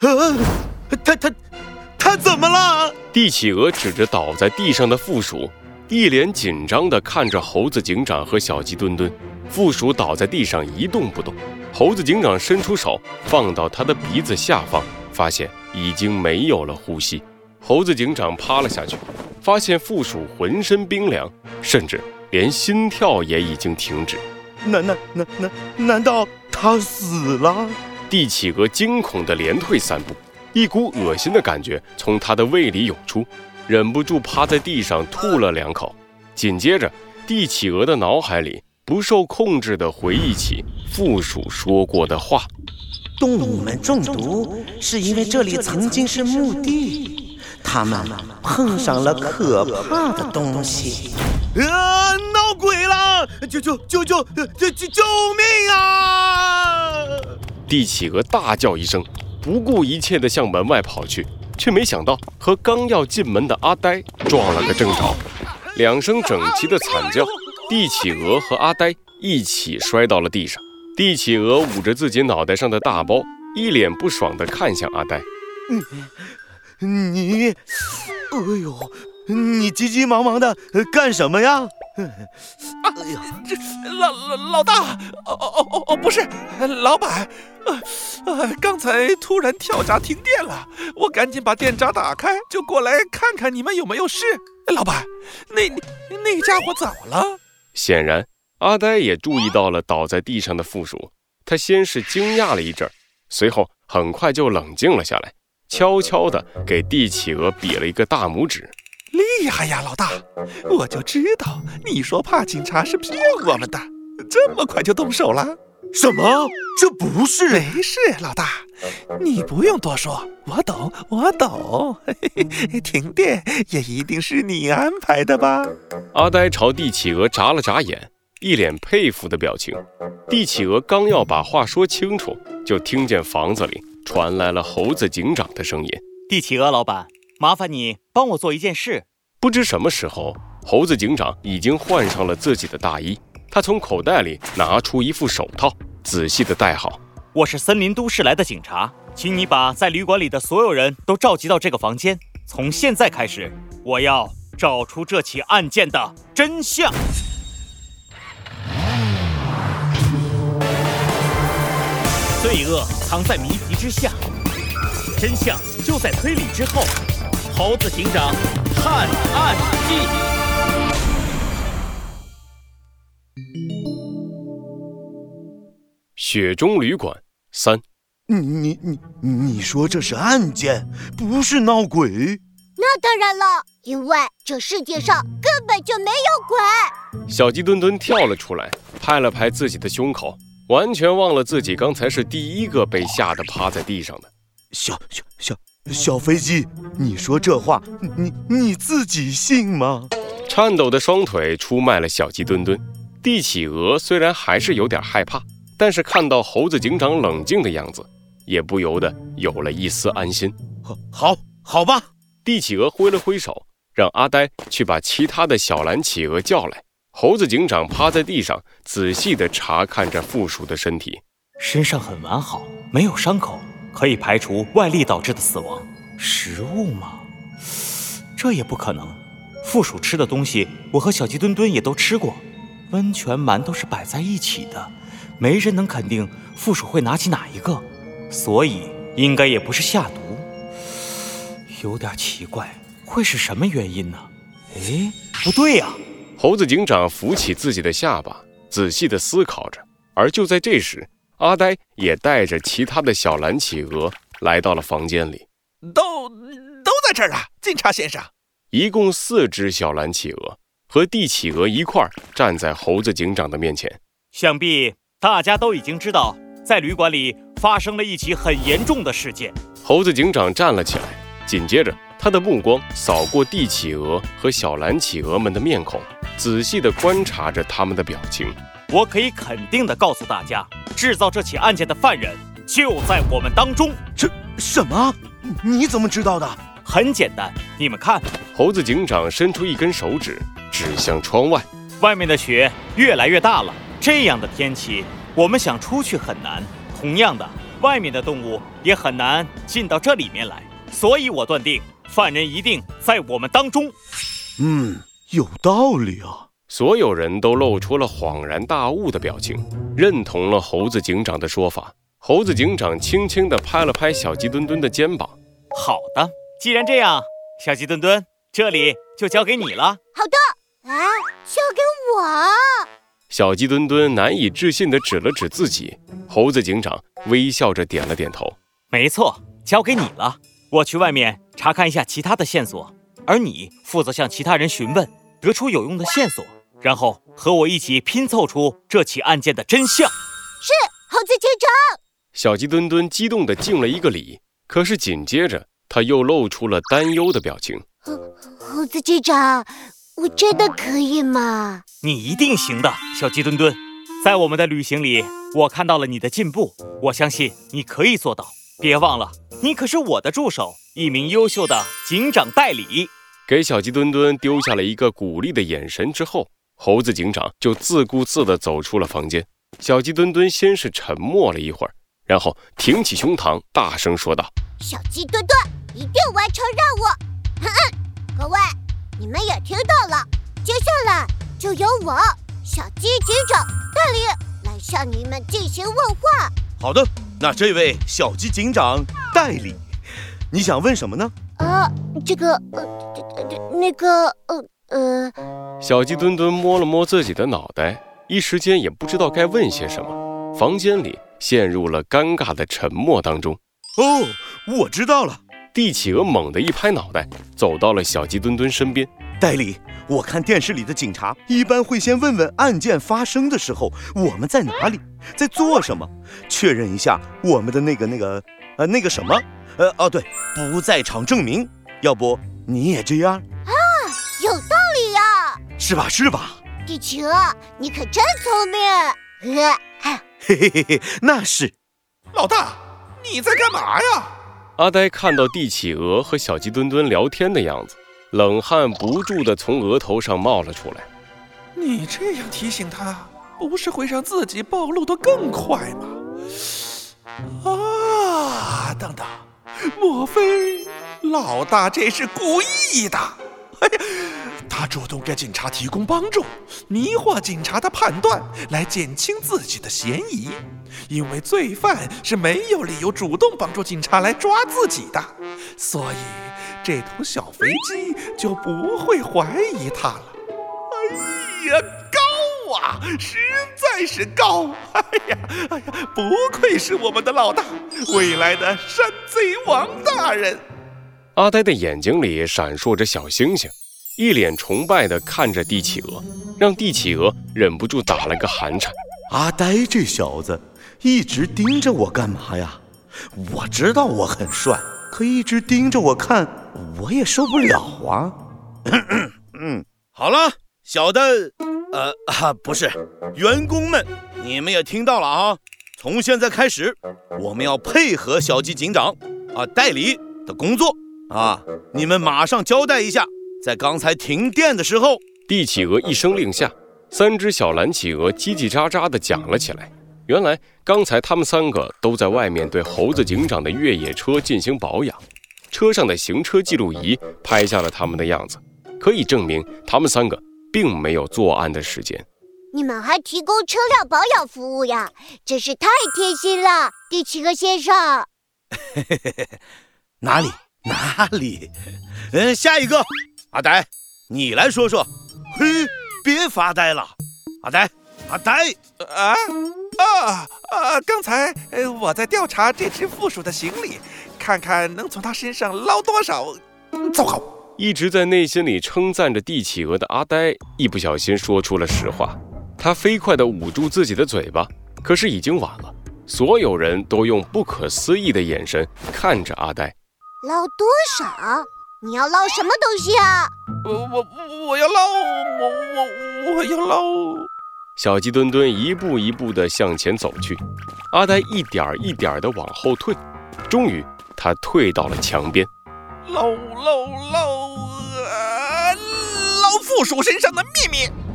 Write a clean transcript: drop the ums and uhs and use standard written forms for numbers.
他怎么了？ 帝企鹅指着倒在地上的负鼠，一脸紧张地看着猴子警长和小鸡墩墩。负鼠倒在地上一动不动，猴子警长伸出手放到他的鼻子下方，发现已经没有了呼吸。猴子警长趴了下去，发现负鼠浑身冰凉，甚至连心跳也已经停止。 难道他死了？ 帝企鹅惊恐地连退3步，一股恶心的感觉从他的胃里涌出，忍不住趴在地上吐了2口。紧接着，帝企鹅的脑海里不受控制地回忆起负鼠说过的话： 动物们中毒是因为这里曾经是墓地，他们碰上了可怕的东西。 闹鬼了！救命啊！ 帝企鹅大叫一声，不顾一切地向门外跑去，却没想到和刚要进门的阿呆撞了个正着，2声整齐的惨叫，帝企鹅和阿呆一起摔到了地上。帝企鹅捂着自己脑袋上的大包，一脸不爽地看向阿呆。 你急急忙忙的干什么呀？ 老大，不是，老板，刚才突然跳闸停电了，我赶紧把电闸打开，就过来看看你们有没有事。老板，那家伙怎么了？ 显然，阿呆也注意到了倒在地上的负鼠，他先是惊讶了一阵，随后很快就冷静了下来，悄悄地给帝企鹅比了一个大拇指。 厉害呀，老大！我就知道你说怕警察是骗我们的，这么快就动手了？ 什么？这不是？ 没事，老大，你不用多说，我懂。停电也一定是你安排的吧？ 阿呆朝帝企鹅眨了眨眼，一脸佩服的表情。帝企鹅刚要把话说清楚，就听见房子里传来了猴子警长的声音： 帝企鹅老板，麻烦你帮我做一件事。 不知什么时候，猴子警长已经换上了自己的大衣，他从口袋里拿出一副手套，仔细地戴好。 我是森林都市来的警察，请你把在旅馆里的所有人都召集到这个房间。从现在开始，我要找出这起案件的真相。罪恶藏在谜题之下，真相就在推理之后。猴子警长探案记。 雪中旅馆3。 你说这是案件，不是闹鬼？ 那当然了，因为这世界上根本就没有鬼。 小鸡墩墩跳了出来，拍了拍自己的胸口，完全忘了自己刚才是第一个被吓得趴在地上的。 小飞机，你说这话，你自己信吗？ 颤抖的双腿出卖了小鸡墩墩。帝企鹅虽然还是有点害怕，但是看到猴子警长冷静的样子，也不由得有了一丝安心。 好吧。 帝企鹅挥了挥手，让阿呆去把其他的小蓝企鹅叫来。猴子警长趴在地上，仔细地查看着负鼠的身体， 身上很完好，没有伤口，可以排除外力导致的死亡。食物吗？这也不可能。负鼠吃的东西，我和小鸡墩墩也都吃过。温泉馒头是摆在一起的，没人能肯定负鼠会拿起哪一个，所以应该也不是下毒。有点奇怪，会是什么原因呢？不对呀！ 猴子警长扶起自己的下巴，仔细地思考着。而就在这时，阿呆也带着其他的小蓝企鹅来到了房间里。 都在这儿啊，警察先生。 一共4只小蓝企鹅和帝企鹅一块儿站在猴子警长的面前。 想必大家都已经知道，在旅馆里发生了一起很严重的事件。 猴子警长站了起来，紧接着他的目光扫过帝企鹅和小蓝企鹅们的面孔，仔细地观察着他们的表情。 我可以肯定地告诉大家，制造这起案件的犯人就在我们当中。 什么？你怎么知道的？ 很简单，你们看。 猴子警长伸出一根手指，指向窗外。 外面的雪越来越大了，这样的天气，我们想出去很难。同样的，外面的动物也很难进到这里面来，所以我断定犯人一定在我们当中。 有道理啊。 所有人都露出了恍然大悟的表情，认同了猴子警长的说法。猴子警长轻轻地拍了拍小鸡墩墩的肩膀。 好的，既然这样，小鸡墩墩，这里就交给你了。 好的，啊，交给我。 小鸡墩墩难以置信地指了指自己，猴子警长微笑着点了点头。 没错，交给你了。我去外面查看一下其他的线索，而你负责向其他人询问，得出有用的线索，然后和我一起拼凑出这起案件的真相。 是，猴子警长。 小鸡墩墩激动地敬了一个礼，可是紧接着他又露出了担忧的表情。 猴子警长，我真的可以吗？ 你一定行的，小鸡墩墩。在我们的旅行里，我看到了你的进步，我相信你可以做到。别忘了，你可是我的助手，一名优秀的警长代理。 给小鸡墩墩丢下了一个鼓励的眼神之后，猴子警长就自顾自地走出了房间。小鸡墩墩先是沉默了一会儿，然后挺起胸膛，大声说道： 小鸡墩墩一定完成任务。各位，你们也听到了，接下来就由我小鸡警长代理来向你们进行问话。 好的，那这位小鸡警长代理，你想问什么呢？ 小鸡墩墩摸了摸自己的脑袋，一时间也不知道该问些什么。房间里陷入了尴尬的沉默当中。 哦，我知道了。 帝企鹅猛地一拍脑袋，走到了小鸡墩墩身边。 代理，我看电视里的警察一般会先问问案件发生的时候我们在哪里，在做什么，确认一下我们的那个什么，对，不在场证明。要不你也这样啊？有道理呀， 是吧？是吧？ 帝企鹅，你可真聪明。 嘿嘿嘿嘿，那是。 老大，你在干嘛呀？ 阿呆看到帝企鹅和小鸡墩墩聊天的样子，冷汗不住地从额头上冒了出来。 你这样提醒他，不是会让自己暴露得更快吗？等等，莫非老大这是故意的？哎呀，他主动给警察提供帮助，迷惑警察的判断，来减轻自己的嫌疑。因为罪犯是没有理由主动帮助警察来抓自己的，所以这头小飞机就不会怀疑他了。哎呀，高啊，实在是高！哎呀，不愧是我们的老大，未来的山贼王大人。 阿呆的眼睛里闪烁着小星星，一脸崇拜地看着帝企鹅，让帝企鹅忍不住打了个寒颤。 阿呆这小子一直盯着我干嘛呀？我知道我很帅，可一直盯着我看，我也受不了啊。好了，小的，不是，员工们，你们也听到了啊。从现在开始，我们要配合小鸡警长代理的工作啊。你们马上交代一下，在刚才停电的时候。 帝企鹅一声令下，3只小蓝企鹅叽叽喳喳地讲了起来。原来刚才他们3个都在外面对猴子警长的越野车进行保养，车上的行车记录仪拍下了他们的样子，可以证明他们3个并没有作案的时间。 你们还提供车辆保养服务呀，真是太贴心了，帝企鹅先生。 哪里？下一个，阿呆，你来说说。嘿，别发呆了，阿呆。 刚才我在调查这只负鼠的行李，看看能从他身上捞多少。糟糕！ 一直在内心里称赞着帝企鹅的阿呆，一不小心说出了实话。他飞快地捂住自己的嘴巴，可是已经晚了。所有人都用不可思议的眼神看着阿呆。 捞多少？你要捞什么东西啊？ 我要捞。 小鸡墩墩一步一步地向前走去，阿呆一点一点地往后退，终于他退到了墙边。 捞负鼠身上的秘密。